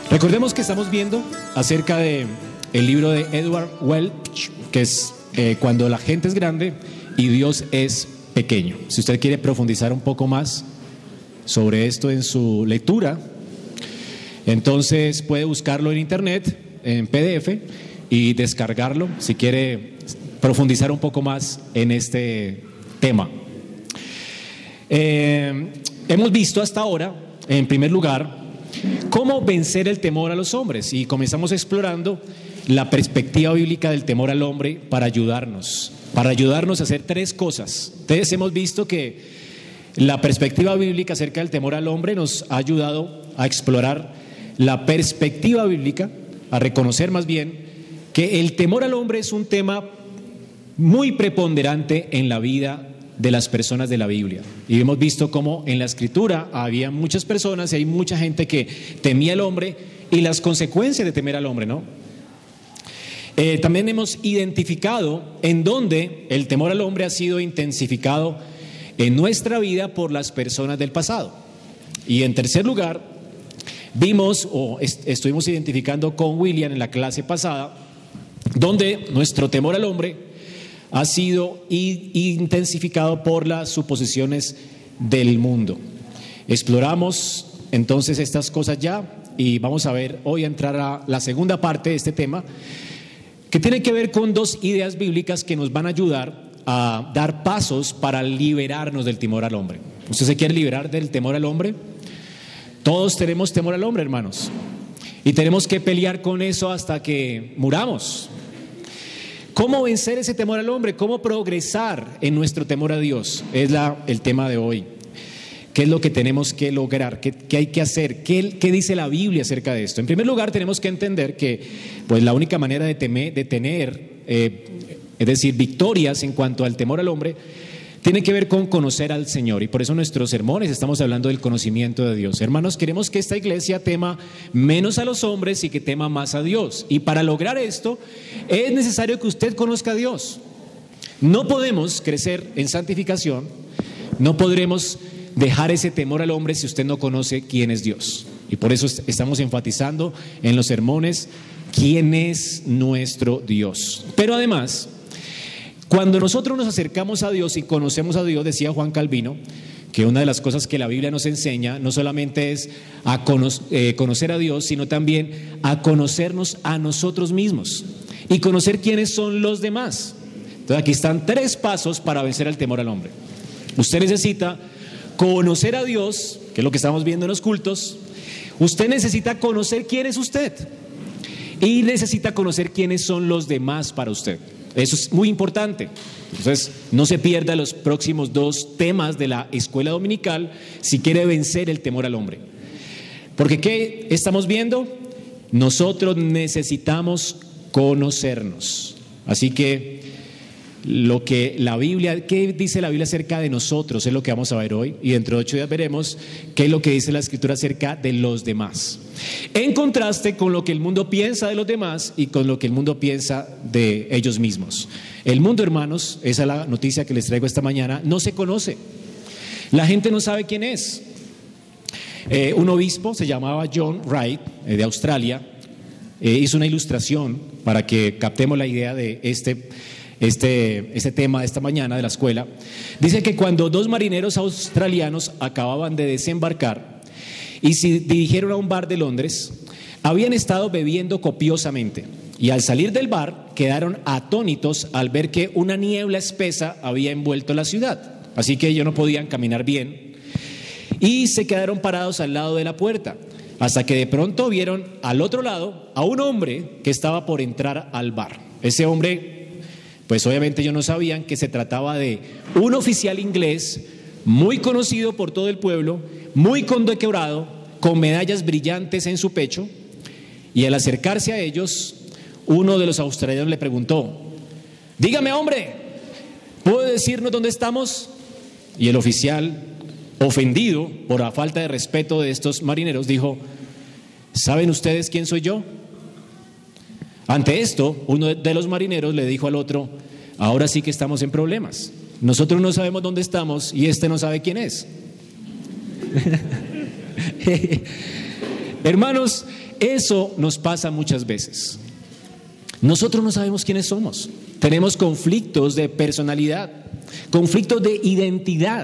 Recordemos que estamos viendo acerca de el libro de Edward Welch, que es Cuando la gente es grande y Dios es pequeño. Si usted quiere profundizar un poco más sobre esto en su lectura, entonces puede buscarlo en internet, en PDF, y descargarlo si quiere profundizar un poco más en este tema. Hemos visto hasta ahora, en primer lugar, cómo vencer el temor a los hombres, y comenzamos explorando la perspectiva bíblica del temor al hombre para ayudarnos a hacer tres cosas. Entonces hemos visto que la perspectiva bíblica acerca del temor al hombre nos ha ayudado a explorar la perspectiva bíblica, a reconocer más bien que el temor al hombre es un tema muy preponderante en la vida de las personas de la Biblia. Y hemos visto cómo en la Escritura había muchas personas y hay mucha gente que temía al hombre y las consecuencias de temer al hombre, ¿no? También hemos identificado en dónde el temor al hombre ha sido intensificado en nuestra vida por las personas del pasado. Y en tercer lugar, estuvimos identificando con William en la clase pasada, donde nuestro temor al hombre ha sido intensificado por las suposiciones del mundo. Exploramos entonces estas cosas ya y vamos a ver hoy, a entrar a la segunda parte de este tema, que tiene que ver con dos ideas bíblicas que nos van a ayudar a dar pasos para liberarnos del temor al hombre. ¿Usted se quiere liberar del temor al hombre? Todos tenemos temor al hombre, hermanos, y tenemos que pelear con eso hasta que muramos. ¿Cómo vencer ese temor al hombre? ¿Cómo progresar en nuestro temor a Dios? Es el tema de hoy. ¿Qué es lo que tenemos que lograr? ¿Qué hay que hacer? ¿Qué dice la Biblia acerca de esto? En primer lugar, tenemos que entender que pues, la única manera de tener, es decir, victorias en cuanto al temor al hombre, tiene que ver con conocer al Señor. Y por eso en nuestros sermones estamos hablando del conocimiento de Dios. Hermanos, queremos que esta iglesia tema menos a los hombres y que tema más a Dios. Y para lograr esto es necesario que usted conozca a Dios. No podemos crecer en santificación, no podremos dejar ese temor al hombre si usted no conoce quién es Dios. Y por eso estamos enfatizando en los sermones quién es nuestro Dios. Pero además, cuando nosotros nos acercamos a Dios y conocemos a Dios, decía Juan Calvino, que una de las cosas que la Biblia nos enseña no solamente es a conocer a Dios, sino también a conocernos a nosotros mismos y conocer quiénes son los demás. Entonces aquí están tres pasos para vencer el temor al hombre. Usted necesita conocer a Dios, que es lo que estamos viendo en los cultos. Usted necesita conocer quién es usted y necesita conocer quiénes son los demás para usted. Eso es muy importante. Entonces, no se pierda los próximos dos temas de la escuela dominical si quiere vencer el temor al hombre. Porque ¿qué estamos viendo? Nosotros necesitamos conocernos. Así que lo que la Biblia, ¿qué dice la Biblia acerca de nosotros? Es lo que vamos a ver hoy, y dentro de 8 días veremos qué es lo que dice la Escritura acerca de los demás, en contraste con lo que el mundo piensa de los demás y con lo que el mundo piensa de ellos mismos. El mundo, hermanos, esa es la noticia que les traigo esta mañana, no se conoce. La gente no sabe quién es. Un obispo se llamaba John Wright, de Australia, hizo una ilustración para que captemos la idea de este tema de esta mañana de la escuela. Dice que cuando dos marineros australianos acababan de desembarcar y se dirigieron a un bar de Londres, habían estado bebiendo copiosamente y al salir del bar quedaron atónitos al ver que una niebla espesa había envuelto la ciudad, así que ellos no podían caminar bien y se quedaron parados al lado de la puerta, hasta que de pronto vieron al otro lado a un hombre que estaba por entrar al bar. Ese hombre, pues obviamente ellos no sabían que se trataba de un oficial inglés muy conocido por todo el pueblo, muy condecorado, con medallas brillantes en su pecho, y al acercarse a ellos, uno de los australianos le preguntó: dígame, hombre, ¿puede decirnos dónde estamos? Y el oficial, ofendido por la falta de respeto de estos marineros, dijo: ¿saben ustedes quién soy yo? Ante esto, uno de los marineros le dijo al otro: ahora sí que estamos en problemas. Nosotros no sabemos dónde estamos y este no sabe quién es. Hermanos, eso nos pasa muchas veces. Nosotros no sabemos quiénes somos. Tenemos conflictos de personalidad, conflictos de identidad.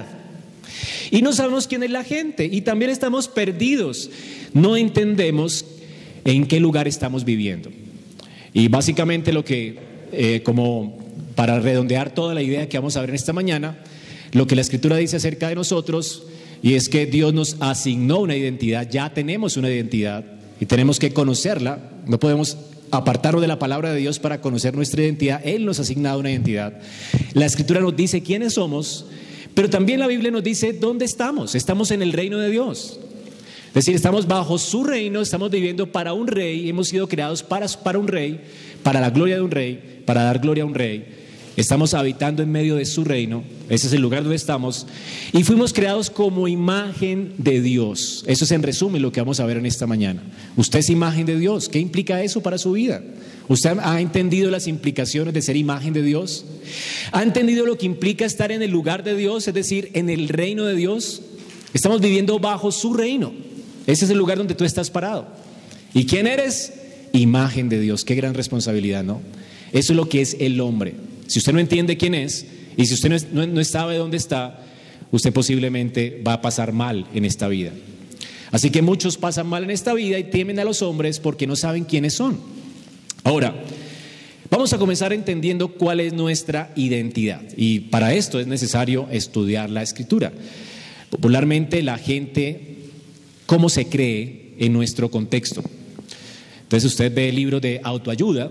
Y no sabemos quién es la gente. Y también estamos perdidos. No entendemos en qué lugar estamos viviendo. Y básicamente lo que, como para redondear toda la idea que vamos a ver en esta mañana, lo que la Escritura dice acerca de nosotros, y es que Dios nos asignó una identidad, ya tenemos una identidad y tenemos que conocerla. No podemos apartarnos de la palabra de Dios para conocer nuestra identidad. Él nos ha asignado una identidad. La Escritura nos dice quiénes somos, pero también la Biblia nos dice dónde estamos. Estamos en el reino de Dios. Es decir, estamos bajo su reino, estamos viviendo para un rey, hemos sido creados para un rey, para la gloria de un rey, para dar gloria a un rey. Estamos habitando en medio de su reino, ese es el lugar donde estamos, y fuimos creados como imagen de Dios. Eso es en resumen lo que vamos a ver en esta mañana. Usted es imagen de Dios. ¿Qué implica eso para su vida? ¿Usted ha entendido las implicaciones de ser imagen de Dios? ¿Ha entendido lo que implica estar en el lugar de Dios, es decir, en el reino de Dios? Estamos viviendo bajo su reino. Ese es el lugar donde tú estás parado. ¿Y quién eres? Imagen de Dios. Qué gran responsabilidad, ¿no? Eso es lo que es el hombre. Si usted no entiende quién es, y si usted no sabe dónde está, usted posiblemente va a pasar mal en esta vida. Así que muchos pasan mal en esta vida y temen a los hombres porque no saben quiénes son. Ahora, vamos a comenzar entendiendo cuál es nuestra identidad. Y para esto es necesario estudiar la Escritura. Popularmente la gente, ¿cómo se cree en nuestro contexto? Entonces usted ve libros de autoayuda.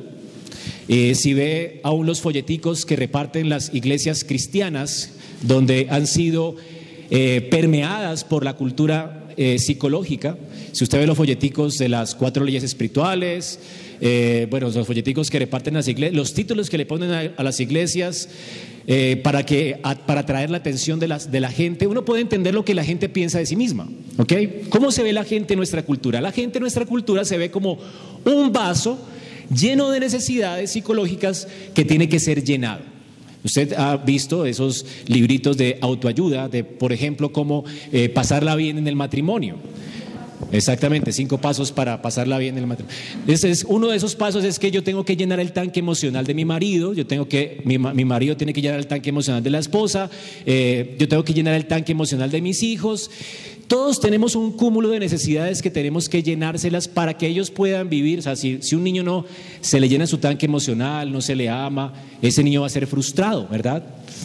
Si ve aún los folleticos que reparten las iglesias cristianas, donde han sido permeadas por la cultura psicológica. Si usted ve los folleticos de las 4 leyes espirituales, los folleticos que reparten las iglesias, los títulos que le ponen a las iglesias para atraer la atención de la gente, uno puede entender lo que la gente piensa de sí misma, ¿ok? ¿Cómo se ve la gente en nuestra cultura? La gente en nuestra cultura se ve como un vaso lleno de necesidades psicológicas que tiene que ser llenado. Usted ha visto esos libritos de autoayuda, de por ejemplo, cómo pasarla bien en el matrimonio. Exactamente, 5 pasos para pasarla bien en el matrimonio. Uno de esos pasos es que yo tengo que llenar el tanque emocional de mi marido, mi marido tiene que llenar el tanque emocional de la esposa, yo tengo que llenar el tanque emocional de mis hijos. Todos tenemos un cúmulo de necesidades que tenemos que llenárselas para que ellos puedan vivir. O sea, si un niño no se le llena su tanque emocional, no se le ama, ese niño va a ser frustrado, ¿verdad?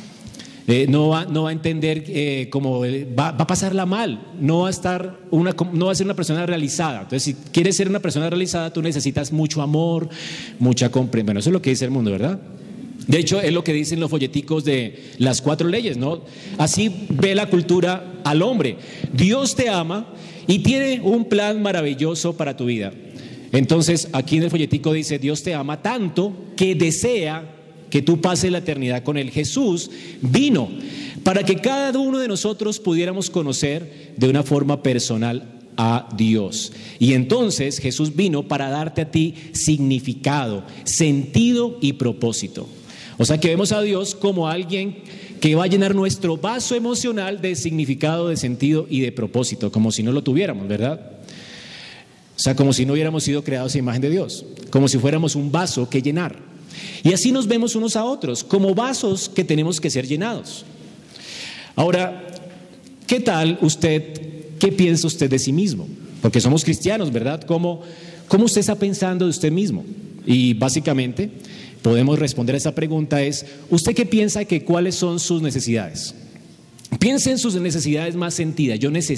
No va a entender cómo va a pasarla mal, no va a ser una persona realizada. Entonces, si quieres ser una persona realizada, tú necesitas mucho amor, mucha comprensión. Bueno, eso es lo que dice el mundo, ¿verdad? De hecho, es lo que dicen los folleticos de las 4 leyes, ¿no? Así ve la cultura al hombre. Dios te ama y tiene un plan maravilloso para tu vida. Entonces, aquí en el folletico dice, Dios te ama tanto que desea que tú pases la eternidad con Él. Jesús vino para que cada uno de nosotros pudiéramos conocer de una forma personal a Dios. Y entonces Jesús vino para darte a ti significado, sentido y propósito. O sea que vemos a Dios como alguien que va a llenar nuestro vaso emocional de significado, de sentido y de propósito, como si no lo tuviéramos, ¿verdad? O sea, como si no hubiéramos sido creados a imagen de Dios, como si fuéramos un vaso que llenar. Y así nos vemos unos a otros, como vasos que tenemos que ser llenados. Ahora, ¿qué tal usted, qué piensa usted de sí mismo? Porque somos cristianos, ¿verdad? ¿Cómo usted está pensando de usted mismo? Y básicamente podemos responder a esa pregunta es, ¿usted qué piensa que cuáles son sus necesidades? Piense en sus necesidades más sentidas.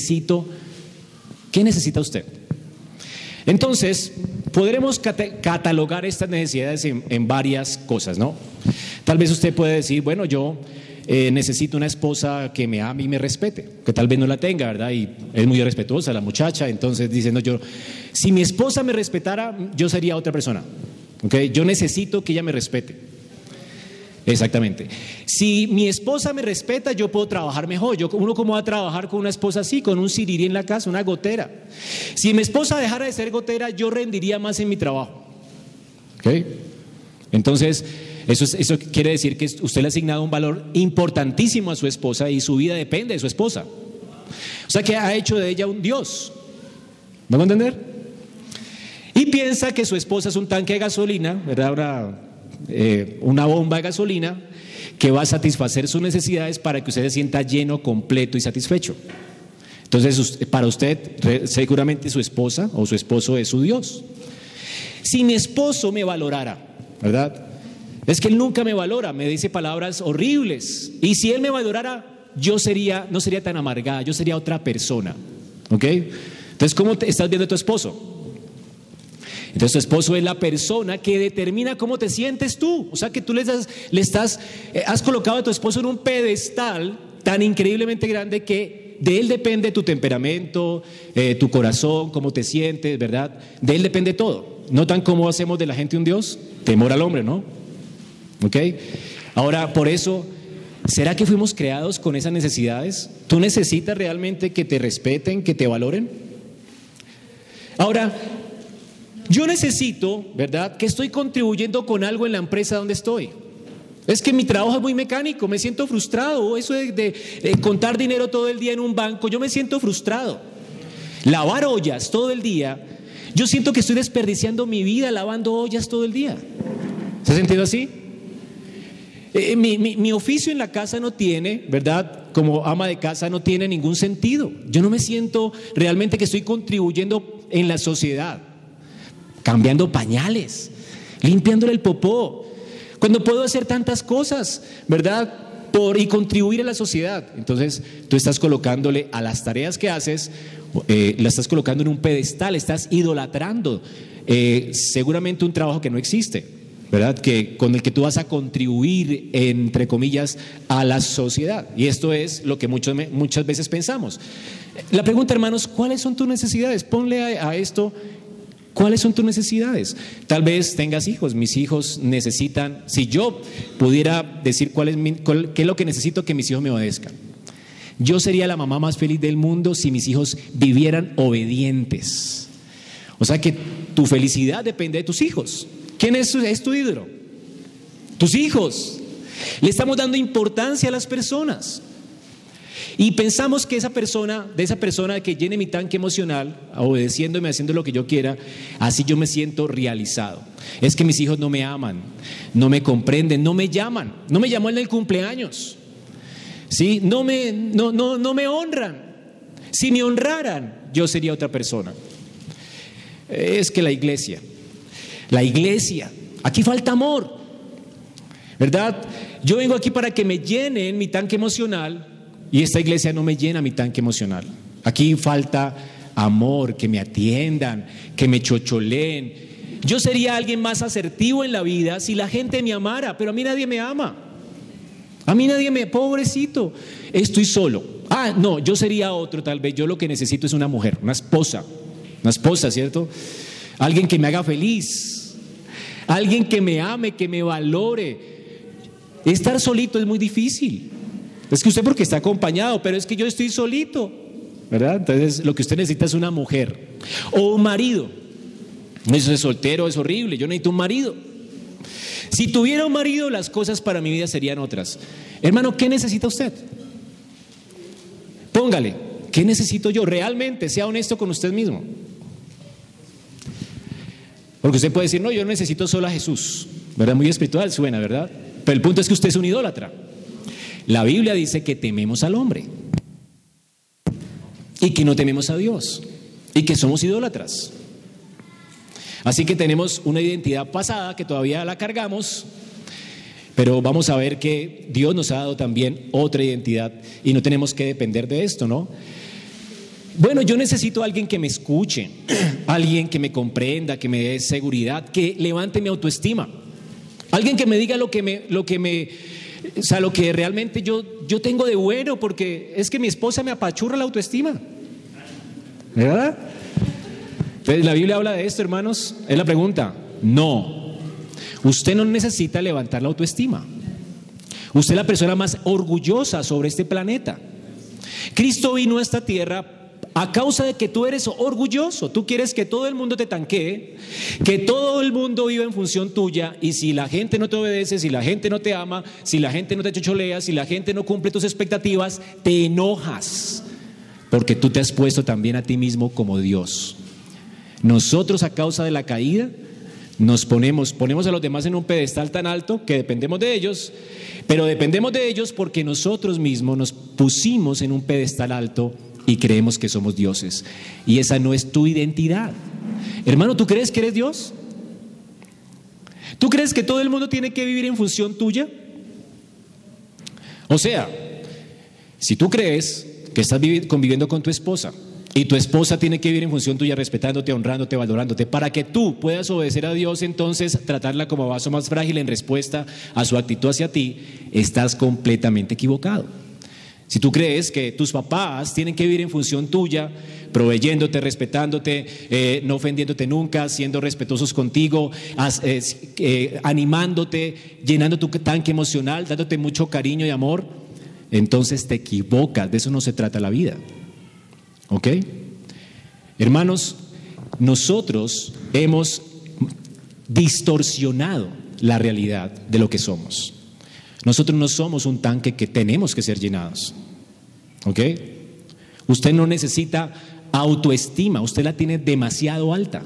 ¿Qué necesita usted? Entonces, podremos catalogar estas necesidades en varias cosas, ¿no? Tal vez usted puede decir, bueno, yo necesito una esposa que me ame y me respete, que tal vez no la tenga, ¿verdad? Y es muy respetuosa la muchacha, entonces dice, no, si mi esposa me respetara, yo sería otra persona, ¿ok? Yo necesito que ella me respete. Exactamente. Si mi esposa me respeta, yo puedo trabajar mejor. Uno cómo va a trabajar con una esposa así, con un sirirí en la casa, una gotera. Si mi esposa dejara de ser gotera, yo rendiría más en mi trabajo. ¿Ok? Entonces, eso quiere decir que usted le ha asignado un valor importantísimo a su esposa y su vida depende de su esposa. O sea que ha hecho de ella un Dios. ¿Me van a entender? piensa que su esposa es un tanque de gasolina, ¿verdad? Una bomba de gasolina que va a satisfacer sus necesidades para que usted se sienta lleno, completo y satisfecho. Entonces, para usted, seguramente su esposa o su esposo es su Dios. Si mi esposo me valorara, ¿verdad? Es que él nunca me valora, me dice palabras horribles. Y si él me valorara, yo no sería tan amargada, yo sería otra persona. ¿Ok? Entonces, ¿cómo estás viendo a tu esposo? Entonces tu esposo es la persona que determina cómo te sientes tú. O sea que tú has colocado a tu esposo en un pedestal tan increíblemente grande que de él depende tu temperamento, tu corazón, cómo te sientes, ¿verdad? De él depende todo. ¿Notan cómo hacemos de la gente un Dios? Temor al hombre, ¿no? ¿Ok? Ahora, por eso, ¿será que fuimos creados con esas necesidades? ¿Tú necesitas realmente que te respeten, que te valoren? Ahora, yo necesito, ¿verdad?, que estoy contribuyendo con algo en la empresa donde estoy. Es que mi trabajo es muy mecánico, me siento frustrado. Eso de contar dinero todo el día en un banco, yo me siento frustrado. Lavar ollas todo el día, yo siento que estoy desperdiciando mi vida lavando ollas todo el día. ¿Se ha sentido así? Mi oficio en la casa no tiene, ¿verdad?, como ama de casa no tiene ningún sentido. Yo no me siento realmente que estoy contribuyendo en la sociedad. Cambiando pañales, limpiándole el popó, cuando puedo hacer tantas cosas, ¿verdad? Y contribuir a la sociedad. Entonces tú estás colocándole a las tareas que haces, la estás colocando en un pedestal, estás idolatrando seguramente un trabajo que no existe, ¿verdad? Con el que tú vas a contribuir, entre comillas, a la sociedad. Y esto es lo que muchas veces pensamos. La pregunta, hermanos, ¿cuáles son tus necesidades? Ponle a esto. ¿Cuáles son tus necesidades? Tal vez tengas hijos. Mis hijos necesitan, si yo pudiera decir qué es lo que necesito, que mis hijos me obedezcan. Yo sería la mamá más feliz del mundo si mis hijos vivieran obedientes. O sea que tu felicidad depende de tus hijos. ¿Quién es tu ídolo? Tus hijos. Le estamos dando importancia a las personas. Y pensamos que de esa persona que llene mi tanque emocional, obedeciéndome, haciendo lo que yo quiera, así yo me siento realizado. Es que mis hijos no me aman, no me comprenden, no me llaman, no me llamó en el cumpleaños, ¿sí? No me honran. Si me honraran, yo sería otra persona. Es que la iglesia, aquí falta amor, ¿verdad? Yo vengo aquí para que me llenen mi tanque emocional. Y esta iglesia no me llena mi tanque emocional. Aquí falta amor, que me atiendan, que me chocholeen. Yo sería alguien más asertivo en la vida si la gente me amara, pero a mí nadie me ama. Pobrecito, estoy solo. No, yo sería otro tal vez. Yo lo que necesito es una mujer, una esposa, ¿cierto? Alguien que me haga feliz, alguien que me ame, que me valore. Estar solito es muy difícil. Es que usted porque está acompañado, pero es que yo estoy solito, ¿verdad? Entonces lo que usted necesita es una mujer o un marido. Eso de soltero es horrible, yo necesito un marido. Si tuviera un marido, las cosas para mi vida serían otras. Hermano, ¿qué necesita usted? Póngale, ¿qué necesito yo? Realmente, sea honesto con usted mismo. Porque usted puede decir, no, yo necesito solo a Jesús, ¿verdad? Muy espiritual suena, ¿verdad? Pero el punto es que usted es un idólatra. La Biblia dice que tememos al hombre y que no tememos a Dios y que somos idólatras. Así que tenemos una identidad pasada que todavía la cargamos, pero vamos a ver que Dios nos ha dado también otra identidad y no tenemos que depender de esto, ¿no? Bueno, yo necesito a alguien que me escuche, alguien que me comprenda, que me dé seguridad, que levante mi autoestima, alguien que me diga lo que realmente yo tengo de bueno, porque es que mi esposa me apachurra la autoestima, ¿verdad? Entonces la Biblia habla de esto, hermanos. Es la pregunta. No, usted no necesita levantar la autoestima. Usted es la persona más orgullosa sobre este planeta. Cristo vino a esta tierra a causa de que tú eres orgulloso. Tú quieres que todo el mundo te tanquee, que todo el mundo viva en función tuya, y si la gente no te obedece, si la gente no te ama, si la gente no te chocholea, si la gente no cumple tus expectativas, te enojas, porque tú te has puesto también a ti mismo como Dios. Nosotros, a causa de la caída, nos ponemos a los demás en un pedestal tan alto que dependemos de ellos, pero dependemos de ellos porque nosotros mismos nos pusimos en un pedestal alto y creemos que somos dioses. Y esa no es tu identidad. Hermano, ¿tú crees que eres Dios? ¿Tú crees que todo el mundo tiene que vivir en función tuya? O sea, si tú crees que estás conviviendo con tu esposa y tu esposa tiene que vivir en función tuya, respetándote, honrándote, valorándote, para que tú puedas obedecer a Dios, entonces tratarla como vaso más frágil en respuesta a su actitud hacia ti, estás completamente equivocado. Si tú crees que tus papás tienen que vivir en función tuya, proveyéndote, respetándote, no ofendiéndote nunca, siendo respetuosos contigo, animándote, llenando tu tanque emocional, dándote mucho cariño y amor, entonces te equivocas. De eso no se trata la vida. ¿Ok? Hermanos, nosotros hemos distorsionado la realidad de lo que somos. Nosotros no somos un tanque que tenemos que ser llenados. ¿Ok? Usted no necesita autoestima, usted la tiene demasiado alta.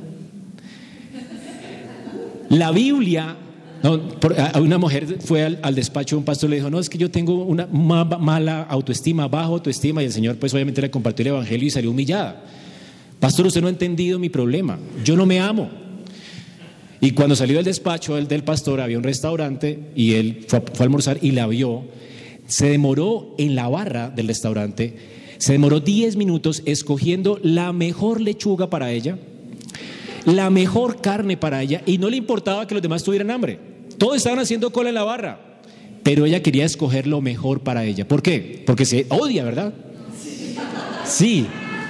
La Biblia, una mujer fue al despacho de un pastor y le dijo: no, es que yo tengo una mala autoestima, baja autoestima, y el Señor pues obviamente le compartió el evangelio y salió humillada. Pastor, usted no ha entendido mi problema, yo no me amo. Y cuando salió del despacho del pastor, había un restaurante y él fue a almorzar y la vio. Se demoró en la barra del restaurante, se demoró 10 minutos escogiendo la mejor lechuga para ella, la mejor carne para ella, y no le importaba que los demás tuvieran hambre. Todos estaban haciendo cola en la barra, pero ella quería escoger lo mejor para ella. ¿Por qué? Porque se odia, ¿verdad? Sí.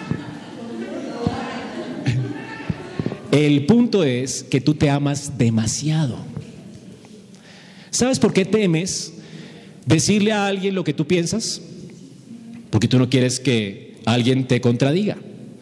El punto es que tú te amas demasiado. ¿Sabes por qué temes decirle a alguien lo que tú piensas? Porque tú no quieres que alguien te contradiga.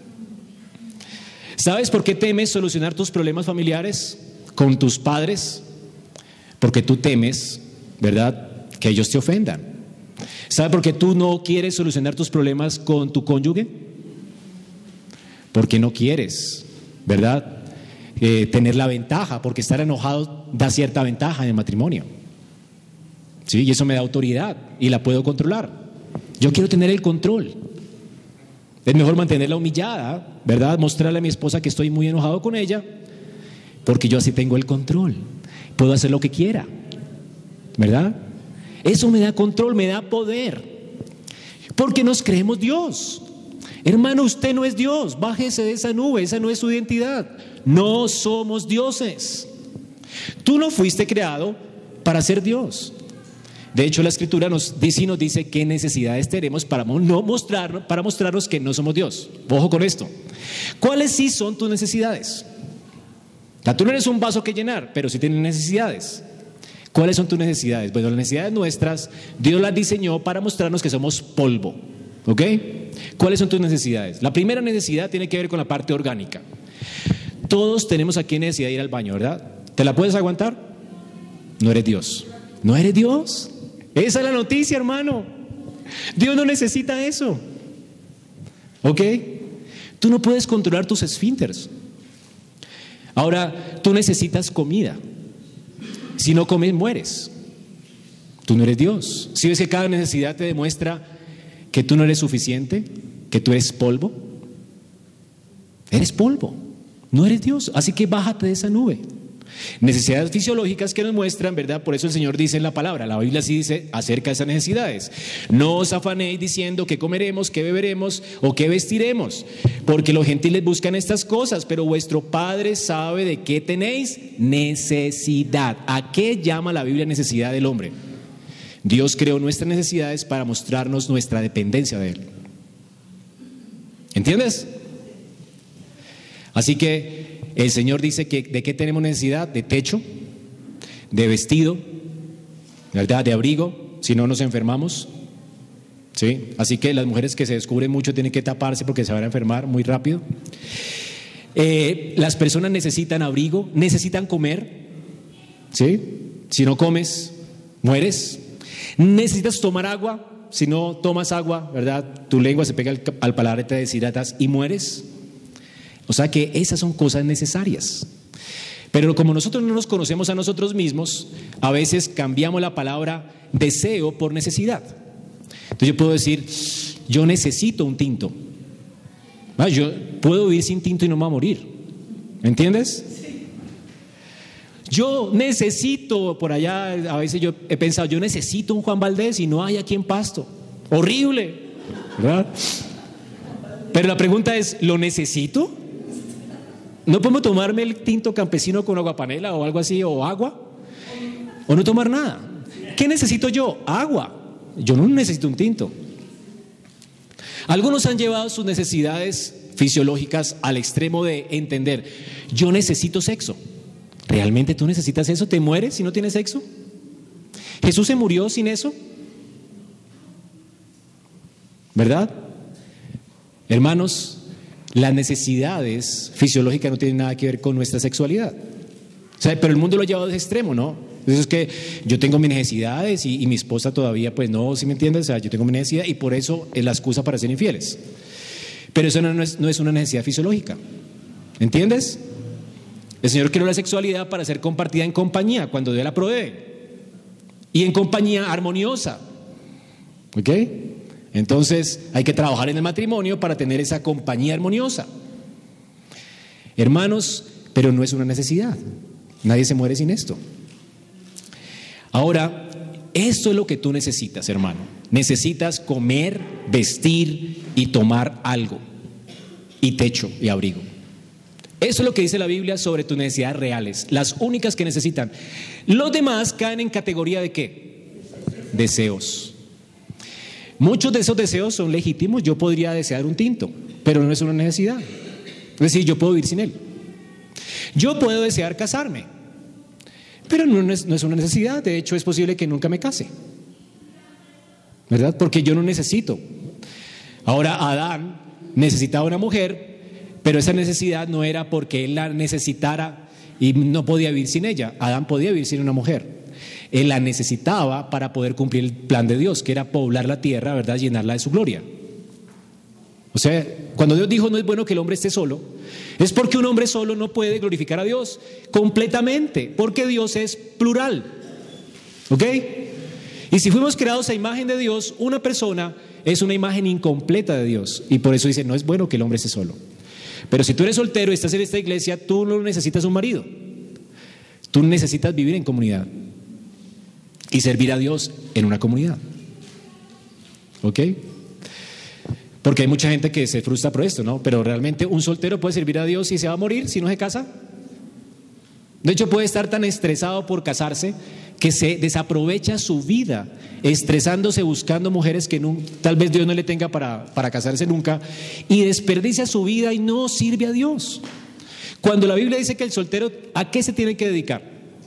¿Sabes por qué temes solucionar tus problemas familiares con tus padres? Porque tú temes, ¿verdad?, que ellos te ofendan. ¿Sabes por qué tú no quieres solucionar tus problemas con tu cónyuge? Porque no quieres, ¿verdad?, tener la ventaja, porque estar enojado da cierta ventaja en el matrimonio. ¿Sí? Y eso me da autoridad y la puedo controlar. Yo quiero tener el control. Es mejor mantenerla humillada, ¿verdad? Mostrarle a mi esposa que estoy muy enojado con ella, porque yo así tengo el control. Puedo hacer lo que quiera, ¿verdad? Eso me da control, me da poder. Porque nos creemos Dios. Hermano, usted no es Dios. Bájese de esa nube, esa no es su identidad. No somos dioses. Tú no fuiste creado para ser Dios. De hecho, la Escritura nos dice qué necesidades tenemos para mostrarnos que no somos Dios. Ojo con esto. ¿Cuáles sí son tus necesidades? O sea, tú no eres un vaso que llenar, pero sí tienes necesidades. ¿Cuáles son tus necesidades? Bueno, las necesidades nuestras, Dios las diseñó para mostrarnos que somos polvo. ¿Ok? ¿Cuáles son tus necesidades? La primera necesidad tiene que ver con la parte orgánica. Todos tenemos aquí necesidad de ir al baño, ¿verdad? ¿Te la puedes aguantar? No eres Dios. ¿No eres Dios? Esa es la noticia, hermano. Dios no necesita eso. ¿Ok? Tú no puedes controlar tus esfínteres. Ahora, tú necesitas comida. Si no comes, mueres. Tú no eres Dios. Si ves que cada necesidad te demuestra que tú no eres suficiente, que tú eres polvo. Eres polvo. No eres Dios. Así que bájate de esa nube. Necesidades fisiológicas que nos muestran, ¿verdad? Por eso el Señor dice en la palabra, la Biblia sí dice acerca de esas necesidades: no os afanéis diciendo qué comeremos, qué beberemos o qué vestiremos, porque los gentiles buscan estas cosas, pero vuestro Padre sabe de qué tenéis necesidad. ¿A qué llama la Biblia necesidad del hombre? Dios creó nuestras necesidades para mostrarnos nuestra dependencia de Él. ¿Entiendes? Así que el Señor dice que ¿de qué tenemos necesidad? De techo, de vestido, ¿verdad?, de abrigo, si no nos enfermamos. ¿Sí? Así que las mujeres que se descubren mucho tienen que taparse porque se van a enfermar muy rápido. Las personas necesitan abrigo, necesitan comer. ¿Sí? Si no comes, mueres. Necesitas tomar agua. Si no tomas agua, ¿verdad?, tu lengua se pega al paladar y te deshidratas y mueres. O sea que esas son cosas necesarias. Pero como nosotros no nos conocemos a nosotros mismos, a veces cambiamos la palabra deseo por necesidad. Entonces yo puedo decir, yo necesito un tinto. Yo puedo vivir sin tinto y no me voy a morir. ¿Me entiendes? Yo necesito, por allá a veces yo he pensado, yo necesito un Juan Valdés y no hay aquí en Pasto. Horrible, ¿verdad? Pero la pregunta es, ¿lo necesito? ¿No podemos tomarme el tinto campesino con aguapanela o algo así, o agua? ¿O no tomar nada? ¿Qué necesito yo? Agua. Yo no necesito un tinto. Algunos han llevado sus necesidades fisiológicas al extremo de entender, yo necesito sexo. ¿Realmente tú necesitas eso? ¿Te mueres si no tienes sexo? ¿Jesús se murió sin eso? ¿Verdad? Hermanos, las necesidades fisiológicas no tienen nada que ver con nuestra sexualidad. O sea, pero el mundo lo ha llevado a ese extremo, ¿no? Entonces es que yo tengo mis necesidades y mi esposa todavía, pues no, ¿sí me entiendes? O sea, yo tengo mi necesidad y por eso es la excusa para ser infieles. Pero eso no es una necesidad fisiológica. ¿Entiendes? El Señor creó la sexualidad para ser compartida en compañía, cuando Dios la provee. Y en compañía armoniosa. ¿Ok? Entonces hay que trabajar en el matrimonio para tener esa compañía armoniosa. Hermanos, pero no es una necesidad. Nadie se muere sin esto. Ahora, esto es lo que tú necesitas, hermano. Necesitas comer, vestir y tomar algo. Y techo y abrigo. Eso es lo que dice la Biblia sobre tus necesidades reales, las únicas que necesitan. Los demás caen en categoría de ¿qué? Deseos. Muchos de esos deseos son legítimos. Yo podría desear un tinto, pero no es una necesidad. Es decir, yo puedo vivir sin él. Yo puedo desear casarme, pero no es una necesidad. De hecho, es posible que nunca me case, ¿verdad? Porque yo no necesito. Ahora, Adán necesitaba una mujer, pero esa necesidad no era porque él la necesitara y no podía vivir sin ella. Adán podía vivir sin una mujer. Él la necesitaba para poder cumplir el plan de Dios, que era poblar la tierra, ¿verdad? Llenarla de su gloria. O sea, cuando Dios dijo no es bueno que el hombre esté solo, es porque un hombre solo no puede glorificar a Dios completamente, porque Dios es plural. ¿Ok? Y si fuimos creados a imagen de Dios, una persona es una imagen incompleta de Dios. Y por eso dice, no es bueno que el hombre esté solo. Pero si tú eres soltero y estás en esta iglesia, tú no necesitas un marido. Tú necesitas vivir en comunidad y servir a Dios en una comunidad. ¿Ok? Porque hay mucha gente que se frustra por esto, ¿no? Pero realmente un soltero puede servir a Dios y se va a morir si no se casa. De hecho, puede estar tan estresado por casarse que se desaprovecha su vida, estresándose, buscando mujeres que tal vez Dios no le tenga para casarse nunca, y desperdicia su vida y no sirve a Dios. Cuando la Biblia dice que el soltero, ¿a qué se tiene que dedicar?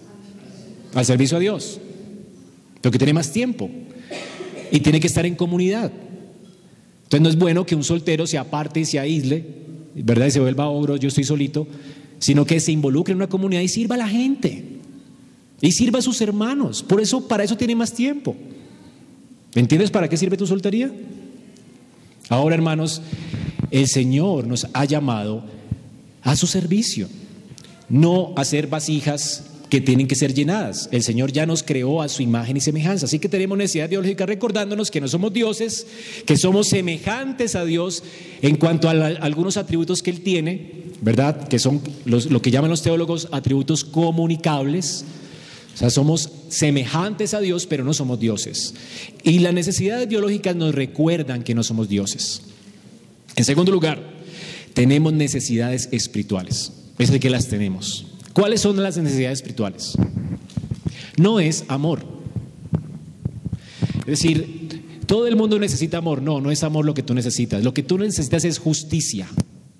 Al servicio a Dios, porque tiene más tiempo y tiene que estar en comunidad. Entonces no es bueno que un soltero se aparte y se aísle, ¿verdad? Y se vuelva ogro, yo estoy solito, sino que se involucre en una comunidad y sirva a la gente y sirva a sus hermanos. Para eso tiene más tiempo. ¿Entiendes para qué sirve tu soltería? Ahora, hermanos, el Señor nos ha llamado a su servicio, no a ser vasijas que tienen que ser llenadas. El Señor ya nos creó a su imagen y semejanza, así que tenemos necesidad biológica recordándonos que no somos dioses, que somos semejantes a Dios en cuanto a algunos atributos que Él tiene, ¿verdad? Que son lo que llaman los teólogos atributos comunicables. O sea, somos semejantes a Dios, pero no somos dioses. Y las necesidades biológicas nos recuerdan que no somos dioses. En segundo lugar, tenemos necesidades espirituales. Es de que las tenemos. ¿Cuáles son las necesidades espirituales? No es amor. Es decir, todo el mundo necesita amor. No es amor lo que tú necesitas. Lo que tú necesitas es justicia.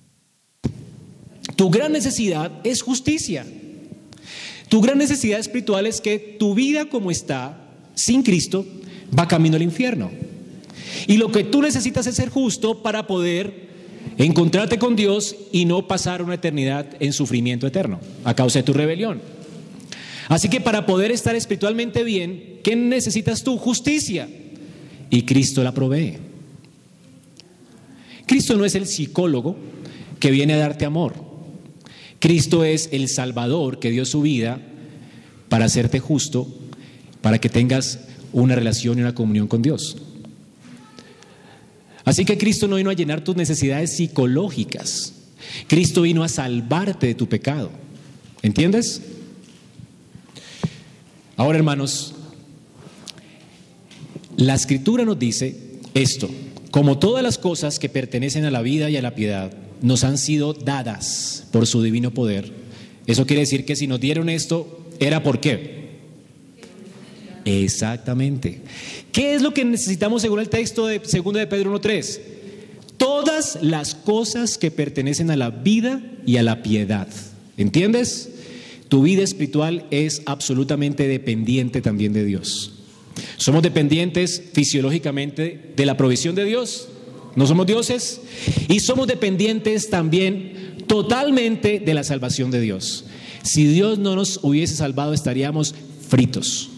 Tu gran necesidad es justicia. Tu gran necesidad espiritual es que tu vida como está, sin Cristo, va camino al infierno. Y lo que tú necesitas es ser justo para poder encontrarte con Dios y no pasar una eternidad en sufrimiento eterno a causa de tu rebelión. Así que para poder estar espiritualmente bien, ¿qué necesitas tú? Justicia. Y Cristo la provee. Cristo no es el psicólogo que viene a darte amor. Cristo es el Salvador que dio su vida para hacerte justo, para que tengas una relación y una comunión con Dios. Así que Cristo no vino a llenar tus necesidades psicológicas. Cristo vino a salvarte de tu pecado. ¿Entiendes? Ahora, hermanos, la Escritura nos dice esto: como todas las cosas que pertenecen a la vida y a la piedad nos han sido dadas por su divino poder. Eso quiere decir que si nos dieron esto, ¿era por qué? Exactamente. ¿Qué es lo que necesitamos según el texto de 2 de Pedro 1:3? Todas las cosas que pertenecen a la vida y a la piedad. ¿Entiendes? Tu vida espiritual es absolutamente dependiente también de Dios. Somos dependientes fisiológicamente de la provisión de Dios. No somos dioses. Y somos dependientes también totalmente de la salvación de Dios. Si Dios no nos hubiese salvado, estaríamos fritos.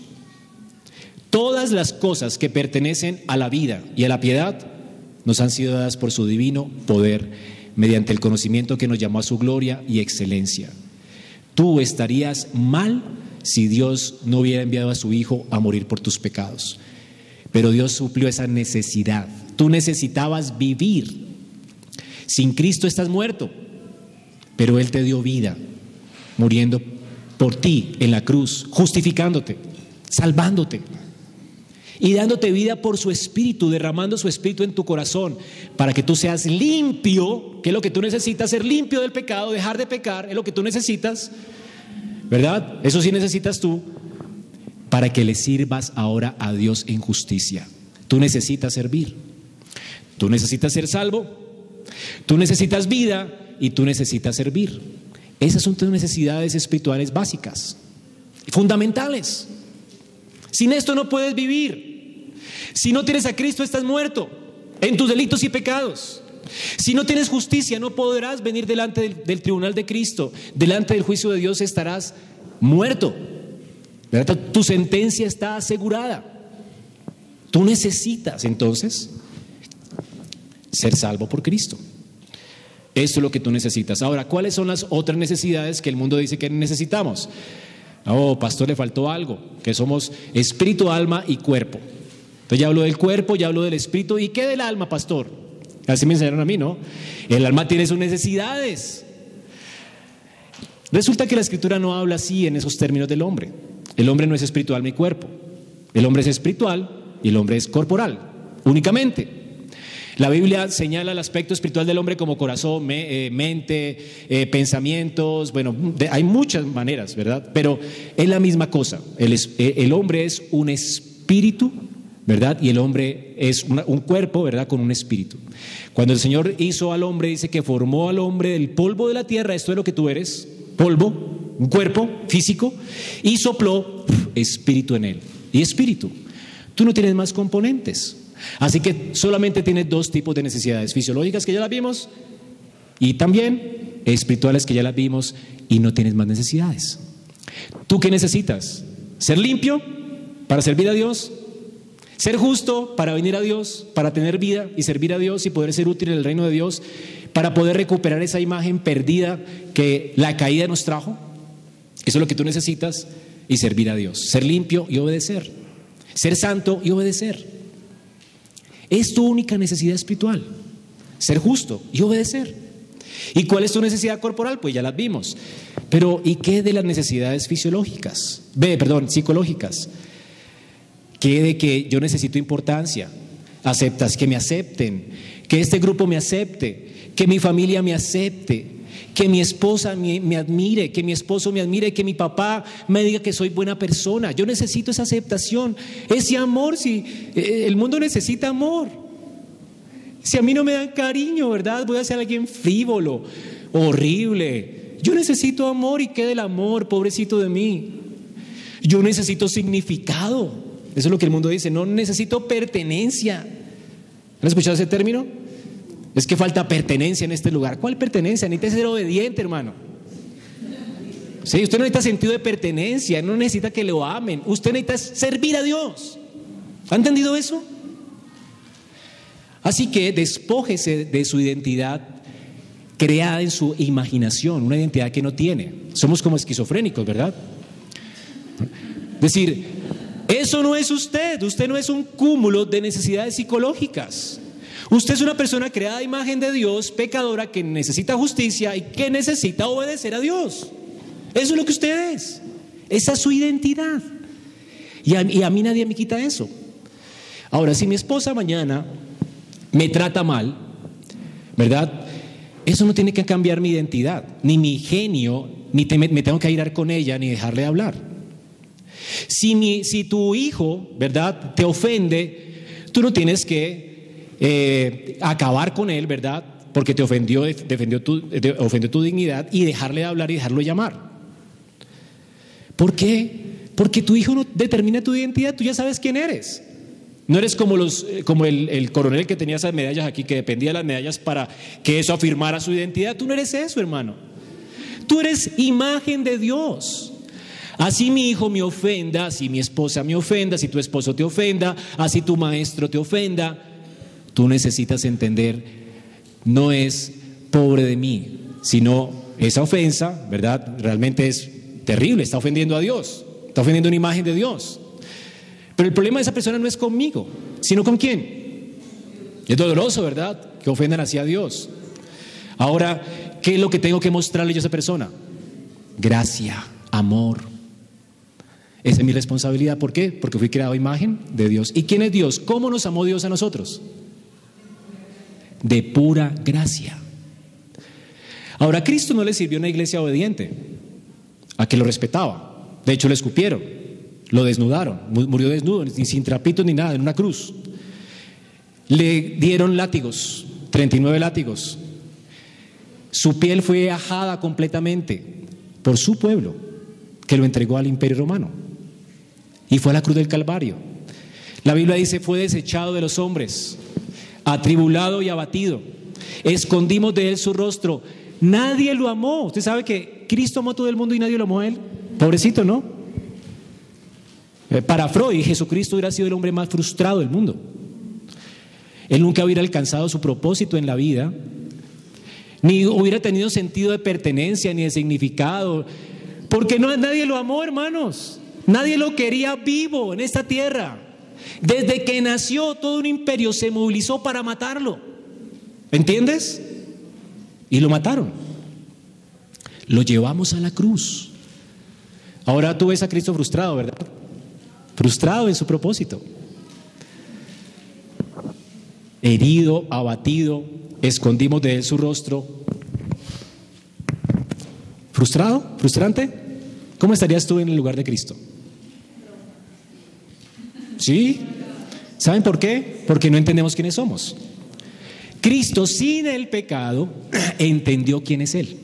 Todas las cosas que pertenecen a la vida y a la piedad nos han sido dadas por su divino poder, mediante el conocimiento que nos llamó a su gloria y excelencia. Tú estarías mal si Dios no hubiera enviado a su Hijo a morir por tus pecados. Pero Dios suplió esa necesidad. Tú necesitabas vivir. Sin Cristo estás muerto, pero Él te dio vida, muriendo por ti en la cruz, justificándote, salvándote y dándote vida por su Espíritu, derramando su Espíritu en tu corazón para que tú seas limpio, que es lo que tú necesitas, ser limpio del pecado, dejar de pecar, es lo que tú necesitas, ¿verdad? Eso sí necesitas tú, para que le sirvas ahora a Dios en justicia. Tú necesitas servir, tú necesitas ser salvo, tú necesitas vida y tú necesitas servir. Esas son tus necesidades espirituales básicas, fundamentales. Sin esto no puedes vivir. Si no tienes a Cristo, estás muerto en tus delitos y pecados. Si no tienes justicia, no podrás venir delante del tribunal de Cristo. Delante del juicio de Dios estarás muerto, ¿verdad? Tu sentencia está asegurada. Tú necesitas entonces ser salvo por Cristo. Esto es lo que tú necesitas. Ahora, ¿cuáles son las otras necesidades que el mundo dice que necesitamos? Oh, pastor, le faltó algo, que somos espíritu, alma y cuerpo. Entonces ya hablo del cuerpo, ya hablo del espíritu. ¿Y qué del alma, pastor? Así me enseñaron a mí, ¿no? El alma tiene sus necesidades. Resulta que la Escritura no habla así en esos términos del hombre. El hombre no es espíritu, alma y cuerpo. El hombre es espiritual y el hombre es corporal, únicamente. La Biblia señala el aspecto espiritual del hombre como corazón, mente, pensamientos. Bueno, hay muchas maneras, ¿verdad? Pero es la misma cosa. El hombre es un espíritu, ¿verdad? Y el hombre es un cuerpo, ¿verdad? Con un espíritu. Cuando el Señor hizo al hombre, dice que formó al hombre del polvo de la tierra. Esto es lo que tú eres, polvo, un cuerpo físico, y sopló espíritu en él. Y espíritu. Tú no tienes más componentes. Así que solamente tienes dos tipos de necesidades: fisiológicas, que ya las vimos, y también espirituales, que ya las vimos, y no tienes más necesidades. ¿Tú qué necesitas? ¿Ser limpio para servir a Dios? ¿Ser justo para venir a Dios, para tener vida y servir a Dios y poder ser útil en el reino de Dios, para poder recuperar esa imagen perdida que la caída nos trajo? Eso es lo que tú necesitas, y servir a Dios. Ser limpio y obedecer. Ser santo y obedecer. Es tu única necesidad espiritual, ser justo y obedecer. ¿Y cuál es tu necesidad corporal? Pues ya las vimos. Pero ¿y qué de las necesidades psicológicas? ¿Qué de que yo necesito importancia? ¿Aceptas que me acepten? Que este grupo me acepte, que mi familia me acepte, que mi esposa me admire, que mi esposo me admire, que mi papá me diga que soy buena persona. Yo necesito esa aceptación, ese amor. Si el mundo necesita amor. Si a mí no me dan cariño, ¿verdad? Voy a ser alguien frívolo, horrible. Yo necesito amor. ¿Y qué del amor, pobrecito de mí? Yo necesito significado. Eso es lo que el mundo dice. No necesito pertenencia. ¿Han escuchado ese término? Es que falta pertenencia en este lugar. ¿Cuál pertenencia? Necesita ser obediente, hermano. Sí, usted no necesita sentido de pertenencia, no necesita que lo amen. Usted necesita servir a Dios. ¿Ha entendido eso? Así que despójese de su identidad creada en su imaginación, una identidad que no tiene. Somos como esquizofrénicos, ¿verdad? Decir, eso no es usted no es un cúmulo de necesidades psicológicas. Usted es una persona creada a imagen de Dios, pecadora, que necesita justicia y que necesita obedecer a Dios. Eso es lo que usted es. Esa es su identidad. Y a mí nadie me quita eso. Ahora, si mi esposa mañana me trata mal, ¿verdad? Eso no tiene que cambiar mi identidad, ni mi genio, ni me tengo que airar con ella, ni dejarle de hablar. Si tu hijo, ¿verdad?, te ofende, tú no tienes que acabar con él, ¿verdad?, porque te ofendió tu dignidad, y dejarle de hablar y dejarlo llamar. ¿Por qué? Porque tu hijo no determina tu identidad, tú ya sabes quién eres. No eres como el coronel que tenía esas medallas aquí, que dependía de las medallas para que eso afirmara su identidad. Tú no eres eso, hermano. Tú eres imagen de Dios. Así mi hijo me ofenda, así mi esposa me ofenda, así tu esposo te ofenda, así tu maestro te ofenda, tú necesitas entender, no es pobre de mí, sino esa ofensa, ¿verdad?, realmente es terrible, está ofendiendo a Dios, está ofendiendo una imagen de Dios. Pero el problema de esa persona no es conmigo, sino con quién. Es doloroso, ¿verdad?, que ofendan así a Dios. Ahora, ¿qué es lo que tengo que mostrarle yo a esa persona? Gracia, amor. Esa es mi responsabilidad. ¿Por qué? Porque fui creado a imagen de Dios. ¿Y quién es Dios? ¿Cómo nos amó Dios a nosotros? De pura gracia. Ahora, a Cristo no le sirvió una iglesia obediente, a que lo respetaba. De hecho, le escupieron, lo desnudaron, murió desnudo, ni sin trapitos ni nada, en una cruz. Le dieron látigos, 39 látigos. Su piel fue ajada completamente por su pueblo, que lo entregó al Imperio Romano. Y fue a la cruz del Calvario. La Biblia dice, fue desechado de los hombres, atribulado y abatido. Escondimos de él su rostro. Nadie lo amó. Usted sabe que Cristo amó a todo el mundo y nadie lo amó a él. Pobrecito, ¿no? Para Freud, Jesucristo hubiera sido el hombre más frustrado del mundo. Él nunca hubiera alcanzado su propósito en la vida, ni hubiera tenido sentido de pertenencia, ni de significado, porque nadie lo amó, hermanos. Nadie lo quería vivo en esta tierra. Desde que nació, todo un imperio se movilizó para matarlo. ¿Entiendes? Y lo mataron. Lo llevamos a la cruz. Ahora tú ves a Cristo frustrado, ¿verdad? Frustrado en su propósito. Herido, abatido, escondimos de él su rostro. ¿Frustrado? ¿Frustrante? ¿Cómo estarías tú en el lugar de Cristo? ¿Sí? ¿Saben por qué? Porque no entendemos quiénes somos. Cristo, sin el pecado, entendió quién es Él.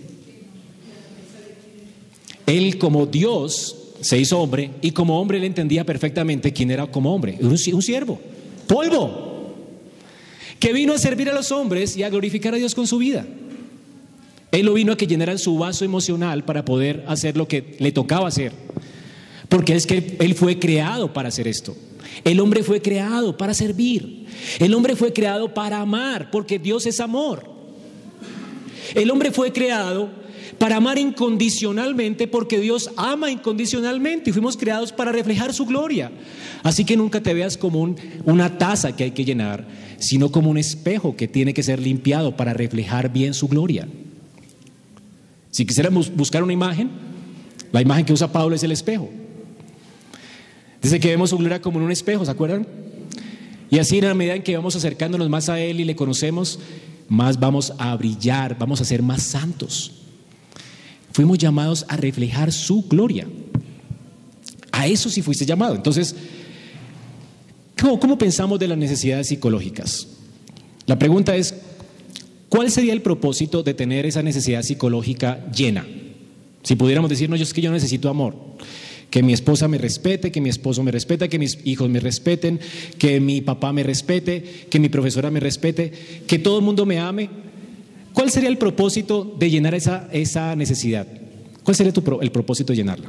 Él, como Dios, se hizo hombre, y como hombre Él entendía perfectamente quién era como hombre. Un siervo, polvo, que vino a servir a los hombres y a glorificar a Dios con su vida. Él lo vino a que llenaran su vaso emocional para poder hacer lo que le tocaba hacer. Porque es que Él fue creado para hacer esto. El hombre fue creado para servir. El hombre fue creado para amar, porque Dios es amor. El hombre fue creado para amar incondicionalmente, porque Dios ama incondicionalmente, y fuimos creados para reflejar su gloria. Así que nunca te veas como una taza que hay que llenar, sino como un espejo que tiene que ser limpiado para reflejar bien su gloria. Si quisiéramos buscar una imagen, la imagen que usa Pablo es el espejo. Dice que vemos su gloria como en un espejo, ¿se acuerdan? Y así, en la medida en que vamos acercándonos más a Él y le conocemos, más vamos a brillar, vamos a ser más santos. Fuimos llamados a reflejar su gloria. A eso sí fuiste llamado. Entonces, ¿cómo pensamos de las necesidades psicológicas? La pregunta es, ¿cuál sería el propósito de tener esa necesidad psicológica llena? Si pudiéramos decir, no, yo necesito amor. Que mi esposa me respete, que mi esposo me respete, que mis hijos me respeten, que mi papá me respete, que mi profesora me respete, que todo el mundo me ame. ¿Cuál sería el propósito de llenar esa necesidad? ¿Cuál sería el propósito de llenarla?